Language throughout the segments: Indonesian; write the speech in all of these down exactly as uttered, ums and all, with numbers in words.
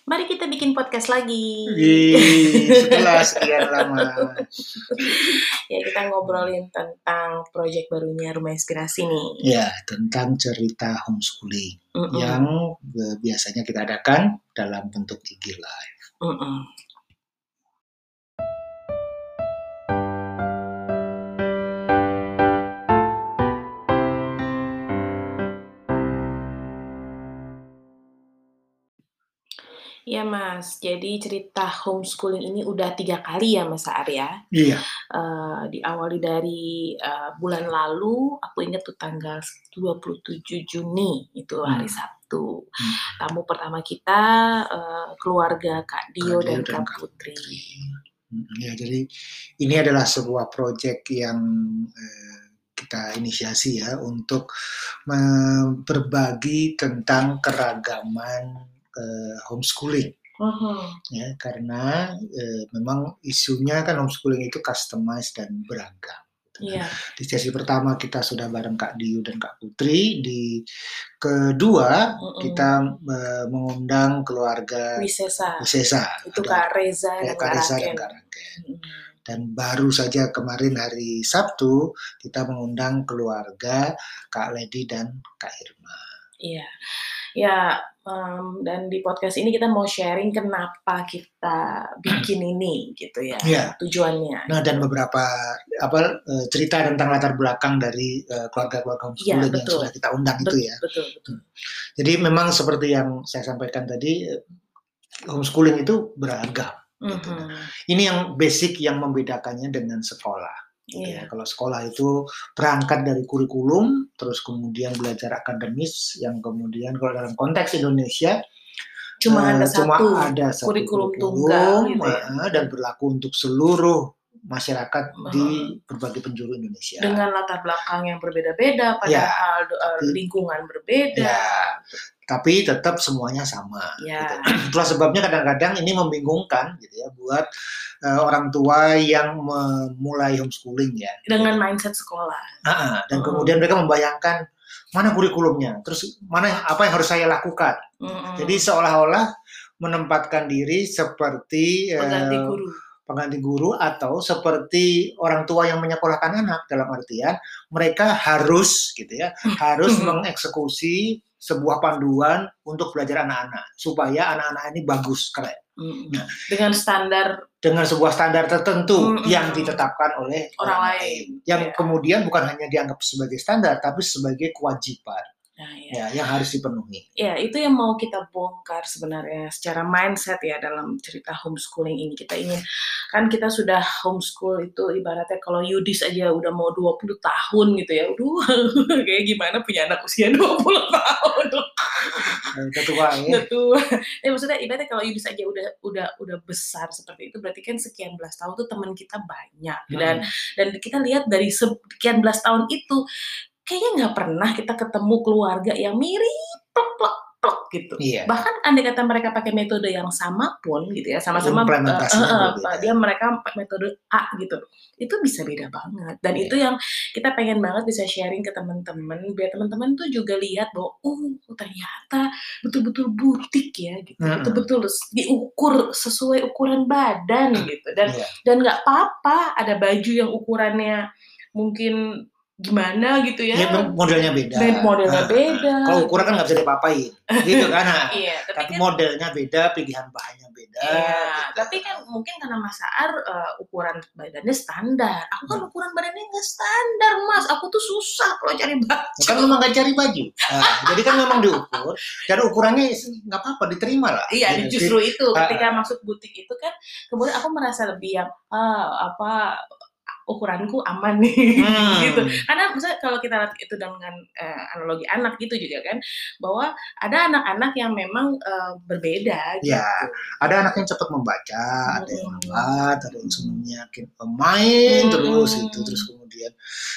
Mari kita bikin podcast lagi. Wih, setelah sekian lama. Ya, kita ngobrolin tentang proyek barunya Rumah Inspirasi nih. Ya, tentang cerita homeschooling Mm-mm. yang eh, biasanya kita adakan dalam bentuk I G Live. Mm-mm. Ya Mas, jadi cerita homeschooling ini udah tiga kali ya Mas Arya. Iya. Uh, diawali dari uh, bulan lalu, aku ingat tuh tanggal dua puluh tujuh Juni, itu hari Hmm. Sabtu. Hmm. Tamu pertama kita uh, keluarga Kak Dio, Kak Dio dan, dan Kak Putri. Hmm, Ya, jadi ini adalah sebuah proyek yang eh, kita inisiasi ya untuk me- berbagi tentang keragaman eh, homeschooling. Uh-huh. Ya, karena eh, memang isunya kan homeschooling itu customized dan beragam. Iya. Di sesi pertama kita sudah bareng Kak Diu dan Kak Putri. Di kedua Mm-mm. kita eh, mengundang keluarga Wisesa. Wisesa. Itu Ada Kak Reza eh, dan Kak Kak Reza dan Raken. Kak Raken. Mm. Dan baru saja kemarin hari Sabtu kita mengundang keluarga Kak Lady dan Kak Irma. Iya, ya, um, dan di podcast ini kita mau sharing kenapa kita bikin ini, gitu ya, Iya. tujuannya. Nah, dan beberapa apa eh, cerita tentang latar belakang dari eh, keluarga-keluarga homeschooling Iya, yang sudah kita undang Bet- itu ya. Betul, betul. Jadi memang seperti yang saya sampaikan tadi, eh, homeschooling itu beragam. Gitu. Mhm. Ini yang basic yang membedakannya dengan sekolah. Gitu Iya. ya. Kalau sekolah itu berangkat dari kurikulum, terus kemudian belajar akademis, yang kemudian kalau dalam konteks Indonesia Cuma ada eh, cuma satu ada satu kurikulum kurikulum, tunggal, gitu ya. eh, dan berlaku untuk seluruh masyarakat Mhm. di berbagai penjuru Indonesia. Dengan latar belakang yang berbeda-beda, Ya, padahal uh, tapi- lingkungan berbeda. Ya, tapi tetap semuanya sama. Ya. Gitu. Itulah sebabnya kadang-kadang ini membingungkan gitu ya buat uh, orang tua yang memulai homeschooling ya. Dengan mindset sekolah. Ah, dan Hmm. kemudian mereka membayangkan mana kurikulumnya, terus mana apa yang harus saya lakukan. Hmm. Jadi seolah-olah menempatkan diri seperti Pengganti uh, guru. pengganti guru atau seperti orang tua yang menyekolahkan anak, dalam artian mereka harus gitu ya, harus mengeksekusi sebuah panduan untuk belajar anak-anak supaya anak-anak ini bagus, keren. Nah, dengan standar dengan sebuah standar tertentu mm-hmm. yang ditetapkan oleh orang, orang lain, lain, yang yeah. kemudian bukan hanya dianggap sebagai standar, tapi sebagai kewajiban. Nah, ya. ya, yang harus dipenuhi. Ya, itu yang mau kita bongkar sebenarnya secara mindset ya dalam cerita homeschooling ini. Kita ingin, kan kita sudah homeschool itu ibaratnya kalau Yudis aja udah mau dua puluh tahun gitu ya. Aduh, kayak gimana punya anak usia dua puluh tahun. Udah tua ya. Udah tua. Ya, maksudnya ibaratnya kalau Yudis aja udah udah udah besar seperti itu, berarti kan sekian belas tahun tuh teman kita banyak. Dan hmm. dan kita lihat dari sekian belas tahun itu, kayaknya nggak pernah kita ketemu keluarga yang mirip plok plok plok gitu. Iya. Bahkan andai kata mereka pakai metode yang sama pun gitu ya, sama-sama uh, uh, uh, dia mereka metode A gitu, itu bisa beda banget. Dan iya. Itu yang kita pengen banget bisa sharing ke teman-teman, biar teman-teman tuh juga lihat bahwa oh ternyata betul-betul butik ya gitu, mm-hmm. betul-betul diukur sesuai ukuran badan gitu. Dan iya. Dan nggak apa-apa ada baju yang ukurannya mungkin gimana gitu ya. Ya modelnya beda. Modelnya nah, beda. Kalau ukuran kan nggak bisa diapa-apain, gitu kan? Nah, iya, tapi, tapi kan, modelnya beda, pilihan bahannya beda. Iya, gitu. Tapi kan mungkin karena Mas Aar uh, ukuran badannya standar. Aku kan hmm. ukuran badannya nggak standar, Mas. Aku tuh susah kalau cari baju. Kan memang nggak cari baju. Nah, jadi kan memang diukur dan ukurannya nggak apa-apa, diterima lah. Iya, gitu. Justru itu ketika uh, masuk butik itu kan, kemudian aku merasa lebih yang ah, apa. ukuranku aman nih hmm. gitu. Karena misalnya kalau kita lihat itu dengan uh, analogi anak gitu juga kan, bahwa ada anak-anak yang memang uh, berbeda gitu. Ya, ada anak yang cepat membaca, hmm. ada yang lambat, ada yang semuanya main hmm. terus itu, terus kemudian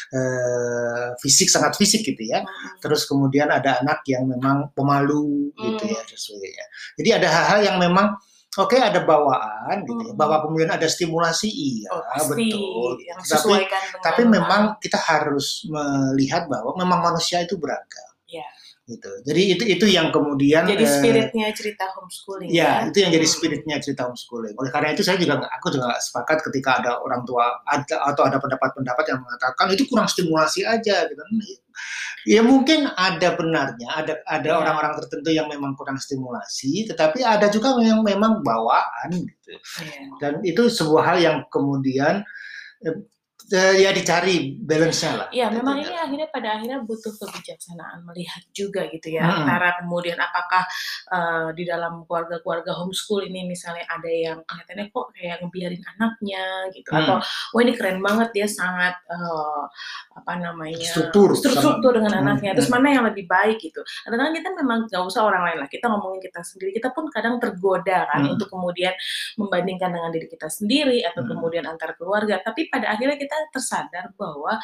uh, fisik sangat fisik gitu ya. Hmm. Terus kemudian ada anak yang memang pemalu hmm. gitu ya, sesuai. Jadi ada hal-hal yang memang oke, okay, ada bawaan, gitu ya. Bahwa kemudian ada stimulasi, iya, oh, pasti, betul. Yang tapi, dengan tapi memang kita harus melihat bahwa memang manusia itu beragam. Yeah. gitu. Jadi itu itu yang kemudian jadi spiritnya eh, cerita homeschooling. Ya, ya, itu yang jadi spiritnya cerita homeschooling. Oleh karena itu saya juga aku juga nggak sepakat ketika ada orang tua ada, atau ada pendapat-pendapat yang mengatakan itu kurang stimulasi aja gitu. Ya mungkin ada benarnya, ada ada ya. orang-orang tertentu yang memang kurang stimulasi, tetapi ada juga yang memang bawaan gitu. Ya. Dan itu sebuah hal yang kemudian eh, ya dicari balance-nya lah. Iya, memang ini akhirnya pada akhirnya butuh kebijaksanaan melihat juga gitu ya, hmm. antara kemudian apakah uh, di dalam keluarga-keluarga homeschool ini misalnya ada yang kelihatannya kok kayak ngebiarin anaknya gitu, hmm. atau wah ini keren banget dia sangat uh, apa namanya struktur, struktur dengan hmm. anaknya, terus mana yang lebih baik gitu. Kadang-kadang kita memang nggak usah orang lain lah, kita ngomongin kita sendiri, kita pun kadang tergoda kan hmm. untuk kemudian membandingkan dengan diri kita sendiri atau hmm. kemudian antar keluarga, tapi pada akhirnya kita tersadar bahwa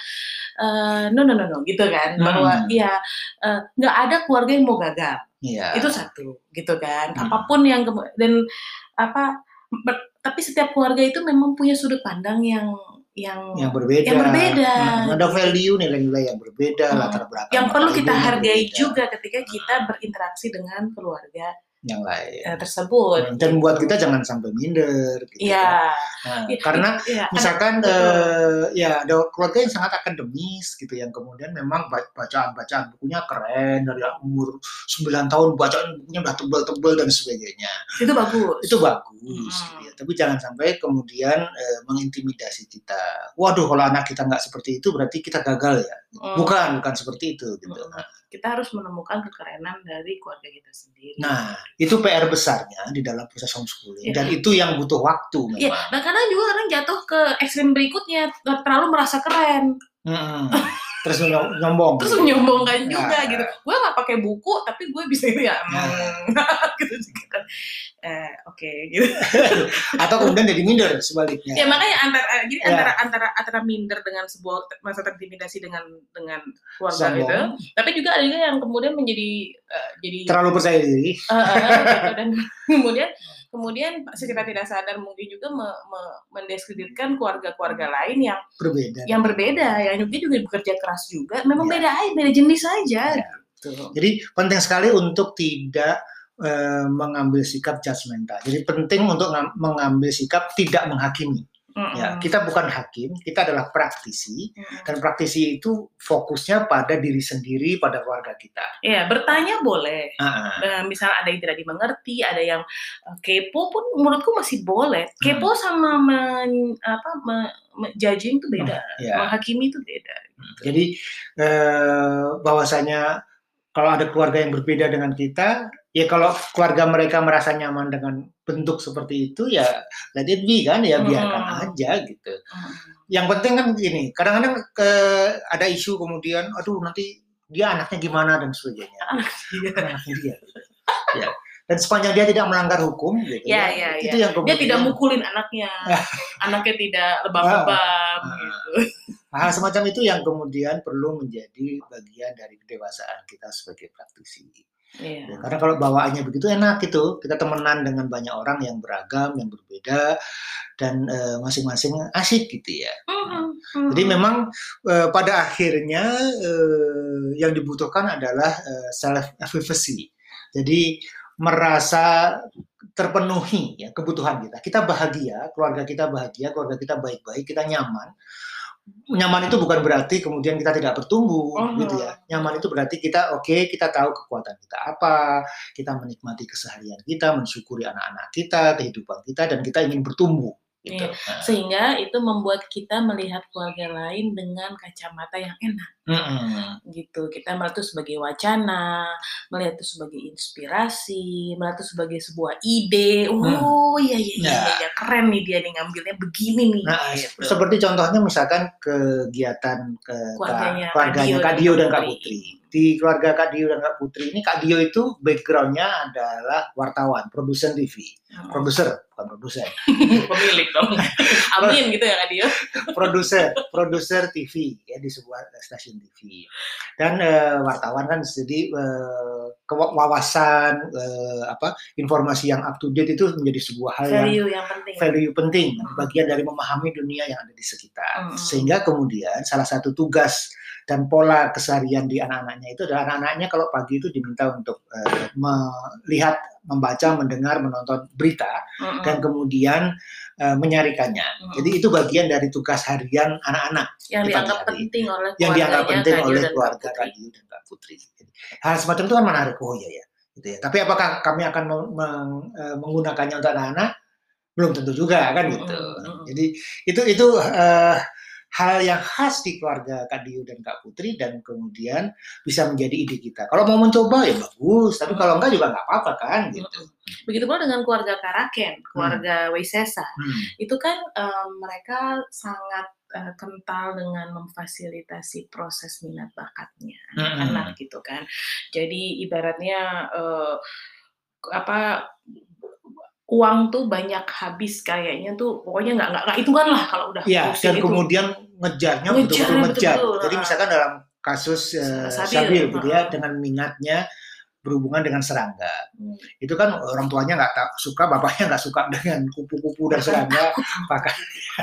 uh, no no no no gitu kan, hmm. bahwa ya nggak uh, ada keluarga yang mau gagal, yeah. itu satu gitu kan, hmm. apapun yang dan apa ber, tapi setiap keluarga itu memang punya sudut pandang yang yang yang berbeda, yang berbeda. Hmm. ada value nilai-nilai yang berbeda, hmm. latar belakang yang perlu kita hargai berbeda. Juga ketika kita berinteraksi dengan keluarga yang lain uh, tersebut dan buat kita jangan sampai minder gitu ya. Nah, ya karena ya, misalkan ada, uh, ya ada keluarga yang sangat akademis gitu yang kemudian memang bacaan-bacaan bukunya keren dari umur sembilan tahun bacaan bukunya udah tebal-tebal dan sebagainya, itu bagus itu bagus hmm. gitu ya. Tapi jangan sampai kemudian uh, mengintimidasi kita, waduh kalau anak kita nggak seperti itu berarti kita gagal ya, hmm. bukan bukan seperti itu gitu. hmm. Nah, kita harus menemukan kekerenan dari keluarga kita sendiri. Nah, itu P R besarnya di dalam proses homeschooling, ya. Dan itu yang butuh waktu memang. Ya, nah kadang juga orang jatuh ke ekstrem berikutnya, terlalu merasa keren. Hmm. Terus nyombong. Terus menyombongkan juga nah. gitu. Gue nggak pakai buku, tapi gue bisa ini ya. Nah. gitu juga. Eh, oke okay, gitu. Atau kemudian jadi minder sebaliknya. Ya makanya antara jadi ya. antara antara antara minder dengan sebuah masa terintimidasi dengan dengan keluarga Sombong. Itu, tapi juga ada juga yang kemudian menjadi uh, jadi terlalu percaya diri. Uh, uh, gitu. Dan kemudian kemudian secara tidak sadar mungkin juga me, me, mendiskreditkan keluarga-keluarga lain yang berbeda. Yang berbeda, yang juga juga bekerja keras juga, memang ya. beda aja, beda jenis aja. Ya. Gitu. Jadi penting sekali untuk tidak mengambil sikap judgmental. Jadi penting untuk mengambil sikap tidak menghakimi. Mm-hmm. Ya, kita bukan hakim, kita adalah praktisi, mm-hmm. dan praktisi itu fokusnya pada diri sendiri, pada keluarga kita. Iya, bertanya boleh. Uh-huh. Uh, misal ada yang tidak dimengerti, ada yang uh, kepo pun menurutku masih boleh. Kepo hmm. sama men, apa, me, me, judging itu beda, oh, yeah. menghakimi itu beda. Gitu. Jadi uh, bahwasanya kalau ada keluarga yang berbeda dengan kita, ya kalau keluarga mereka merasa nyaman dengan bentuk seperti itu, ya let it be kan, ya biarkan hmm. aja gitu. Hmm. Yang penting kan gini, kadang-kadang ke, ada isu kemudian, aduh nanti dia anaknya gimana dan sebagainya. Anaknya dia. Ya. Dan sepanjang dia tidak melanggar hukum, gitu. Ya, ya, itu ya. yang kemudian, dia tidak mukulin anaknya, anaknya tidak lebam-lebam. Ah, gitu. Hal semacam itu yang kemudian perlu menjadi bagian dari kedewasaan kita sebagai praktisi. Yeah. Ya, karena kalau bawaannya begitu enak gitu, kita temenan dengan banyak orang yang beragam, yang berbeda, dan uh, masing-masing asik gitu ya. Mm-hmm. Mm-hmm. Jadi memang uh, pada akhirnya uh, yang dibutuhkan adalah uh, self-efficacy. Jadi merasa terpenuhi ya kebutuhan kita. Kita bahagia, keluarga kita bahagia, keluarga kita baik-baik, kita nyaman. Nyaman itu bukan berarti kemudian kita tidak bertumbuh, uh-huh. gitu ya. Nyaman itu berarti kita oke, okay, kita tahu kekuatan kita apa, kita menikmati keseharian kita, mensyukuri anak-anak kita, kehidupan kita, dan kita ingin bertumbuh. Gitu. Iya. Sehingga itu membuat kita melihat keluarga lain dengan kacamata yang enak. Mm-hmm. Gitu. Kita melihat itu sebagai wacana, melihat itu sebagai inspirasi, melihat itu sebagai sebuah ide. Oh iya iya iya, nah. iya keren nih dia nih ngambilnya begini nih. Nah, gitu. Seperti contohnya misalkan kegiatan ke keluarganya, keluarganya Kak Dio dan Kak Putri. Di keluarga Kak Dio dan Kak Putri ini, Kak Dio itu backgroundnya adalah wartawan, produsen T V, hmm. produser bukan produsen. Pemilik dong. Amin gitu ya Kak Dio. Produser, produser T V ya di sebuah stasiun T V. Dan uh, wartawan kan jadi uh, kewawasan uh, apa informasi yang up to date itu menjadi sebuah hal value yang, yang penting. value penting, bagian dari memahami dunia yang ada di sekitar. Hmm. Sehingga kemudian salah satu tugas dan pola keseharian di anak-anaknya itu adalah anak-anaknya kalau pagi itu diminta untuk uh, melihat, membaca, mendengar, menonton berita, mm-hmm. dan kemudian uh, menyarikannya. Mm-hmm. Jadi itu bagian dari tugas harian anak-anak yang dianggap hari. penting oleh yang dianggap penting oleh keluarga Kak Dio dan Kak Putri. Jadi, hal semacam itu kan menarik. Oh iya ya, gitu ya. Tapi apakah kami akan meng- meng- menggunakannya untuk anak-anak? Belum tentu juga kan gitu. Mm-hmm. Jadi itu itu uh, hal yang khas di keluarga Kak Dio dan Kak Putri dan kemudian bisa menjadi ide kita. Kalau mau mencoba ya bagus, tapi kalau enggak juga nggak apa-apa kan gitu. Begitu pula dengan keluarga Karaken, keluarga hmm. Waisesa. Hmm. Itu kan um, mereka sangat uh, kental dengan memfasilitasi proses minat bakatnya hmm. anak gitu kan. Jadi ibaratnya uh, apa uang tuh banyak habis kayaknya tuh pokoknya nggak nggak hitungan lah kalau udah ya, dan itu. Kemudian ngejarnya betul-betul ngejar. Betul-betul. Jadi misalkan dalam kasus uh, Sabil gitu ya, dengan minatnya berhubungan dengan serangga. Hmm. Itu kan orang tuanya nggak suka, bapaknya nggak suka dengan kupu-kupu dan serangga, bahkan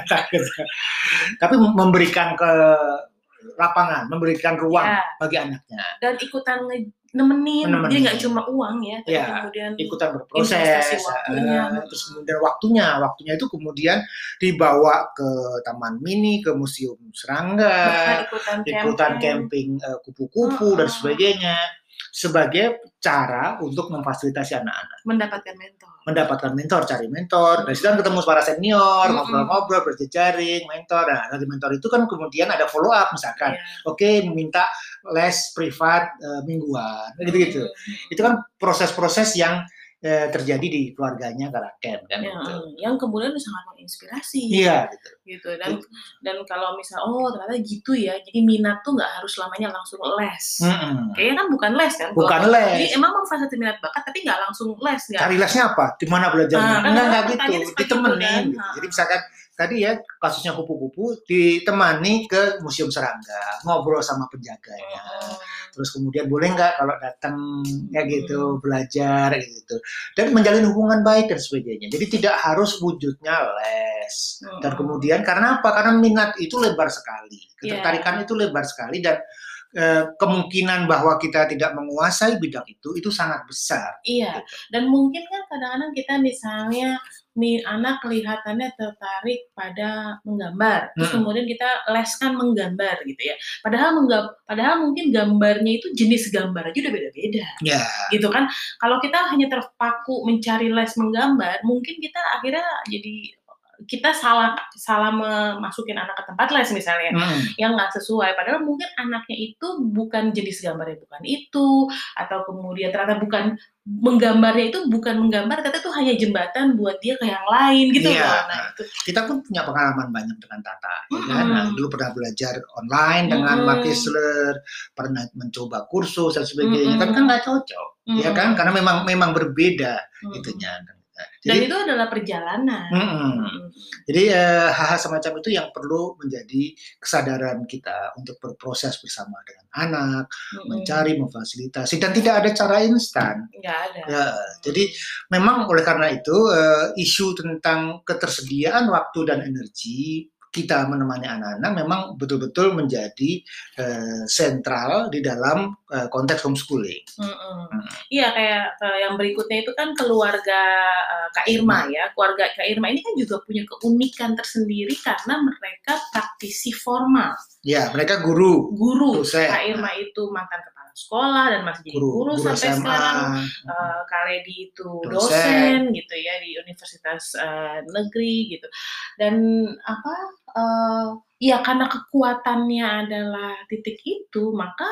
tapi memberikan ke lapangan, memberikan ruang ya. Bagi anaknya. Dan ikutan nge- nemenin, nemenin, dia nggak cuma uang ya, tapi ya, kemudian ikutan berproses, waktunya. Uh, terus kemudian waktunya, waktunya itu kemudian dibawa ke taman mini, ke museum serangga, ikutan, ikutan camping, camping uh, kupu-kupu uh, dan sebagainya, sebagai cara untuk memfasilitasi anak-anak. Mendapatkan mentor. Mendapatkan mentor, cari mentor. Dari situ kan ketemu para senior, mm-hmm. ngobrol-ngobrol, berjejaring, mentor. Nah, dari mentor itu kan kemudian ada follow up misalkan. Yeah. Oke, okay, meminta les privat uh, mingguan, gitu-gitu. Mm-hmm. Itu kan proses-proses yang uh, terjadi di keluarganya Karaken kan. Ya, gitu. Yang kemudian sangat menginspirasi. Iya, gitu. Gitu. Dan gitu. Dan kalau misal oh ternyata gitu ya. Jadi minat tuh nggak harus selamanya langsung les. Mm-hmm. Kayaknya kan bukan les kan. Bukan Bahwa, les. Jadi emang memfasilitasi minat bakat tapi nggak langsung les. Gak? Cari lesnya apa? Di mana belajarnya? Nah, enggak enggak gitu. Ditemenin. Kan? Gitu. Jadi misalkan tadi ya kasusnya kupu-kupu ditemani ke museum serangga, ngobrol sama penjaganya. Oh. Terus kemudian boleh nggak kalau datang ya gitu, belajar gitu. Dan menjalin hubungan baik dan sebagainya. Jadi tidak harus wujudnya les. Hmm. Dan kemudian karena apa? Karena minat itu lebar sekali. Ketertarikan yeah. itu lebar sekali dan eh, kemungkinan bahwa kita tidak menguasai bidang itu itu sangat besar. Iya. Gitu. Dan mungkin kan kadang-kadang kita misalnya nih anak kelihatannya tertarik pada menggambar, terus hmm. kemudian kita leskan menggambar gitu ya. Padahal menggab, padahal mungkin gambarnya itu jenis gambar aja udah beda-beda, yeah. gitu kan. Kalau kita hanya terpaku mencari les menggambar, mungkin kita akhirnya jadi kita salah salah memasukin anak ke tempat les misalnya hmm. yang nggak sesuai. Padahal mungkin anaknya itu bukan jenis gambarnya bukan itu, atau kemudian ternyata bukan menggambarnya itu bukan menggambar, ternyata itu hanya jembatan buat dia ke yang lain gitu yeah. loh. Nah, itu. Kita pun punya pengalaman banyak dengan Tata, hmm. ya kan? Nah, dulu pernah belajar online dengan hmm. Makisler, pernah mencoba kursus dan sebagainya, hmm. tapi kan nggak cocok, hmm. ya kan? Karena memang memang berbeda hmm. itunya. Dan jadi, itu adalah perjalanan. Mm-mm. Mm. Jadi eh, hal-hal semacam itu yang perlu menjadi kesadaran kita untuk berproses bersama dengan anak, mm-mm. mencari, memfasilitasi, dan tidak ada cara instan. Nggak ada. Ya, jadi memang oleh karena itu eh, isu tentang ketersediaan waktu dan energi kita menemani anak-anak memang betul-betul menjadi uh, sentral di dalam uh, konteks homeschooling. Hmm. Iya, kayak uh, yang berikutnya itu kan keluarga uh, Kak Irma ya. Keluarga Kak Irma ini kan juga punya keunikan tersendiri karena mereka praktisi formal. Ya, mereka guru. Guru. Dosen. Kak Irma itu mantan kepala sekolah dan masih jadi guru, guru, guru sampai S M A. Sekarang. Uh, Kak Ledi itu dosen. dosen gitu ya di universitas uh, negeri gitu. Dan apa? Uh, ya karena kekuatannya adalah titik itu, maka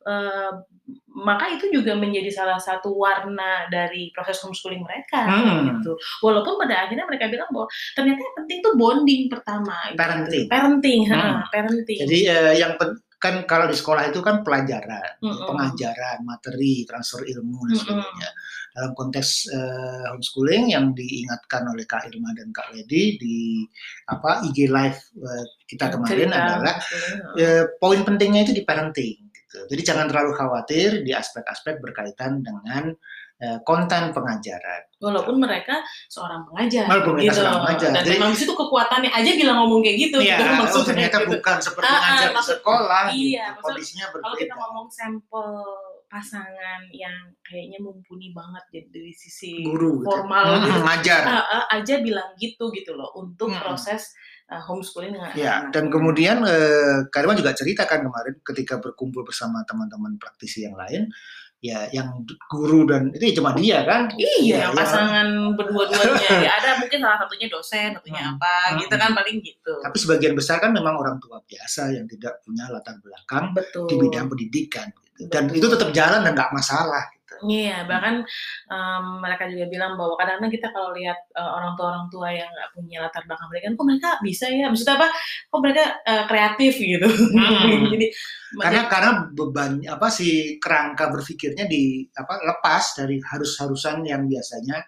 uh, maka itu juga menjadi salah satu warna dari proses homeschooling mereka hmm. gitu. Walaupun pada akhirnya mereka bilang bahwa ternyata yang penting tuh bonding pertama, parenting, gitu. parenting, hmm. ha, parenting. Jadi uh, yang pen- kan kalau di sekolah itu kan pelajaran, Mm-mm. pengajaran, materi, transfer ilmu dan sebagainya. Mm-mm. Dalam konteks uh, homeschooling yang diingatkan oleh Kak Irma dan Kak Ledi di apa I G Live uh, kita kemarin Cerita, adalah uh, poin pentingnya itu di parenting. Gitu. Jadi jangan terlalu khawatir di aspek-aspek berkaitan dengan uh, konten pengajaran. Walaupun mereka seorang pengajar, Walaupun mereka gitu. seorang pengajar. Dan jadi, memang itu kekuatannya aja bilang ngomong kayak gitu. Iya, gitu, maksudnya ternyata gitu. Bukan seperti ah, ngajar di sekolah. Iya, gitu. Kondisinya berbeda. Kalau kita ngomong sampel pasangan yang kayaknya mumpuni banget jadi dari sisi guru formal gitu. gitu, ngajar uh, uh, aja bilang gitu gitu loh untuk hmm. proses uh, homeschooling dengan ya, anak. Dan kemudian eh, Karima juga ceritakan kemarin ketika berkumpul bersama teman-teman praktisi yang lain, ya yang guru dan itu ya cuma dia kan, iya, yang pasangan ya, berdua-duanya ya ada mungkin salah satunya dosen, satunya hmm. apa hmm. gitu kan paling gitu. Tapi sebagian besar kan memang orang tua biasa yang tidak punya latar belakang Betul. Di bidang pendidikan gitu. Dan Betul. Itu tetap jalan dan nggak masalah. Iya, bahkan um, mereka juga bilang bahwa kadang-kadang kita kalau lihat uh, orang tua-orang tua yang nggak punya latar belakang pendidikan, kok mereka bisa ya? Maksudnya apa? Kok mereka uh, kreatif gitu? Hmm. Jadi karena jadi, karena beban apa sih kerangka berpikirnya di apa lepas dari harus-harusan yang biasanya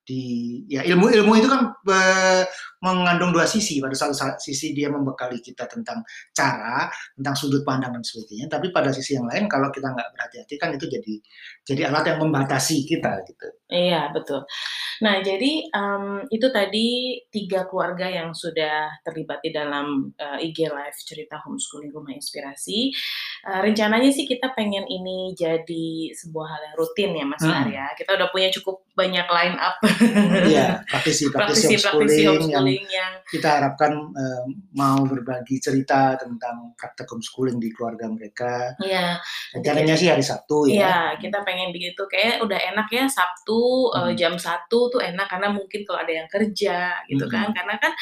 di ya ilmu-ilmu itu kan e, mengandung dua sisi. Pada satu sisi dia membekali kita tentang cara, tentang sudut pandang dan sebagainya. Tapi pada sisi yang lain kalau kita nggak berhati-hati kan itu jadi jadi alat yang membatasi kita gitu. Iya betul. Nah jadi um, itu tadi tiga keluarga yang sudah terlibat di dalam uh, I G Live cerita homeschooling rumah inspirasi. Uh, rencananya sih kita pengen ini jadi sebuah hal yang rutin ya Mas hmm. Arya. Kita udah punya cukup banyak line up. Iya, praktisi-praktisi homeschooling, homeschooling yang, yang kita harapkan uh, mau berbagi cerita tentang praktek homeschooling di keluarga mereka. Iya. Rencananya sih hari Sabtu ya. Iya, kita pengen begitu. Kayak udah enak ya Sabtu hmm. uh, jam satu tuh enak karena mungkin kalau ada yang kerja gitu hmm. kan. Karena kan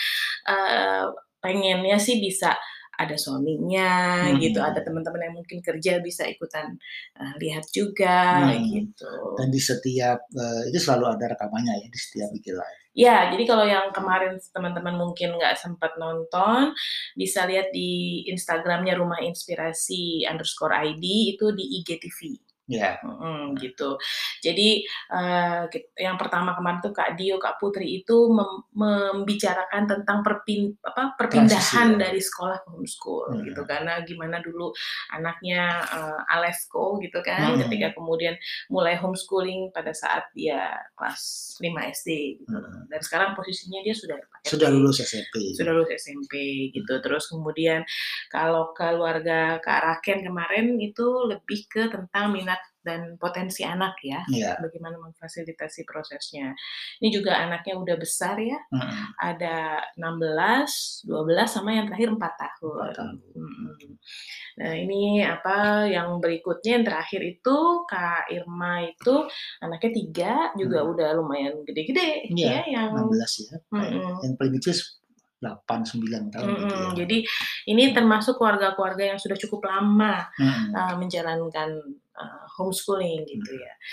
uh, pengennya sih bisa ada suaminya hmm. gitu, ada teman-teman yang mungkin kerja bisa ikutan uh, lihat juga hmm. gitu. Dan di setiap uh, itu selalu ada rekamannya ya di setiap I G Live. Ya, jadi kalau yang kemarin teman-teman mungkin nggak sempat nonton, bisa lihat di Instagramnya Rumah Inspirasi underscore I D itu di I G T V. Ya, hmm, gitu. Jadi uh, yang pertama kemarin tuh Kak Dio, Kak Putri itu mem membicarakan tentang perpin apa perpindahan Transisi, dari sekolah ke homeschool hmm. gitu. Karena gimana dulu anaknya uh, Alesco gitu kan, hmm. ketika kemudian mulai homeschooling pada saat dia kelas lima S D gitu. Hmm. Dan sekarang posisinya dia sudah sudah lulus S M P. Sudah lulus S M P gitu. Hmm. Terus kemudian kalau keluarga Kak Raken kemarin itu lebih ke tentang minat dan potensi anak ya, yeah. bagaimana memfasilitasi prosesnya. Ini juga anaknya udah besar ya, mm-hmm. ada enam belas, dua belas sama yang terakhir empat tahun. empat tahun. Mm-hmm. Nah ini apa yang berikutnya yang terakhir itu Kak Irma itu anaknya tiga juga mm-hmm. udah lumayan gede-gede yeah, ya, yang enam belas ya, mm-hmm. yang paling kecil delapan sembilan tahun mm-hmm. gitu ya. Jadi ini termasuk keluarga-keluarga yang sudah cukup lama mm-hmm. uh, menjalankan uh, homeschooling gitu mm-hmm. ya.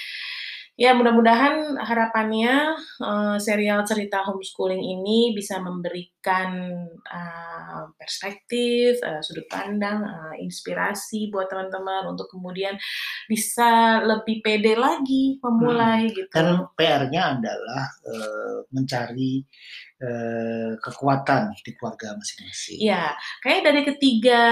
Ya mudah-mudahan harapannya uh, serial cerita homeschooling ini bisa memberikan uh, perspektif, uh, sudut pandang, uh, inspirasi buat teman-teman untuk kemudian bisa lebih pede lagi memulai hmm. gitu. Dan P R-nya adalah uh, mencari uh, kekuatan di keluarga masing-masing. Ya, kayak dari ketiga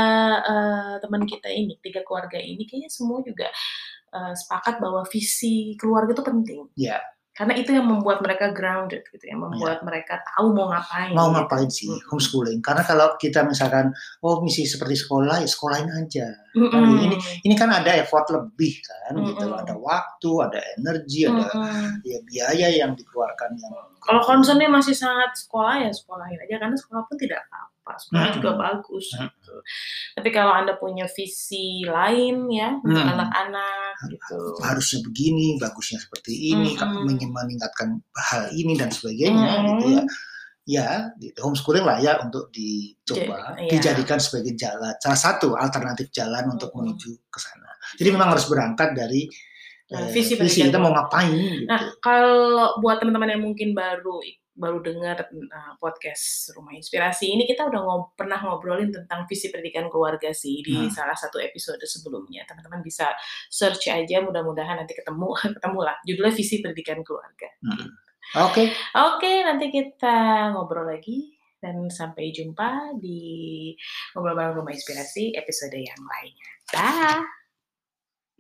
uh, teman kita ini, tiga keluarga ini kayaknya semua juga Uh, sepakat bahwa visi keluarga itu penting. Ya. Karena itu yang membuat mereka grounded gitu ya, membuat ya. mereka tahu mau ngapain. Mau gitu. ngapain sih hmm. homeschooling? Karena kalau kita misalkan oh misi seperti sekolah ya sekolahin aja. Hmm. Nah, ini ini kan ada effort lebih kan hmm. gitu, ada waktu, ada energi, ada hmm. ya biaya yang dikeluarkan yang. Kalau concernnya masih sangat sekolah ya sekolahin aja karena sekolah pun tidak apa-apa, sekolah hmm. juga bagus hmm. gitu. Tapi kalau Anda punya visi lain ya untuk hmm. anak-anak gitu. Harusnya begini, bagusnya seperti ini, hmm. meningkatkan hal ini dan sebagainya hmm. gitu ya. Ya, gitu. Homeschooling layak untuk dicoba, J- dijadikan yeah. sebagai jalan, salah satu alternatif jalan hmm. untuk menuju ke sana. Jadi memang harus berangkat dari Nah, visi, visi kita mau ngapain gitu. Nah, kalau buat teman-teman yang mungkin baru baru dengar uh, podcast Rumah Inspirasi ini, kita udah ngob pernah ngobrolin tentang visi pendidikan keluarga sih di hmm. salah satu episode sebelumnya. Teman-teman bisa search aja, mudah-mudahan nanti ketemu ketemu lah. Judulnya Visi Pendidikan Keluarga. Hmm. Oke. Okay. Oke, okay, nanti kita ngobrol lagi dan sampai jumpa di Ngobrol Bareng Rumah Inspirasi episode yang lainnya. Dah.